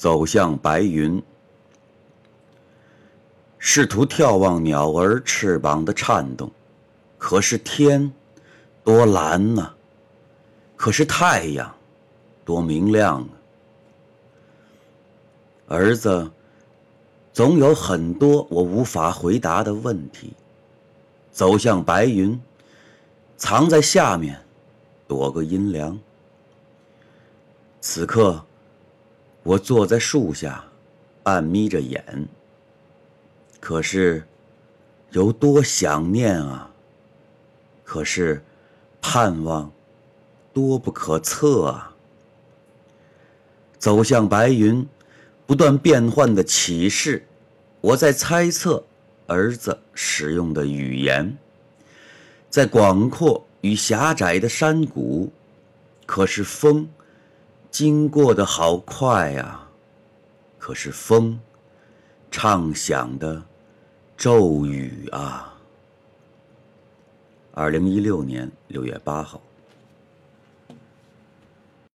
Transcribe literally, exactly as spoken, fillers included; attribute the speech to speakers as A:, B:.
A: 走向白云，试图眺望鸟儿翅膀的颤动，可是天多蓝呐、啊，可是太阳多明亮啊！儿子，总有很多我无法回答的问题。走向白云，藏在下面，躲个阴凉。此刻，我坐在树下，半眯着眼。可是，有多想念啊！可是，盼望多不可测啊！走向白云，不断变换的启示，我在猜测儿子使用的语言。在广阔与狭窄的山谷，可是风经过的好快啊！可是风唱响的咒语啊！二零一六年六月八号。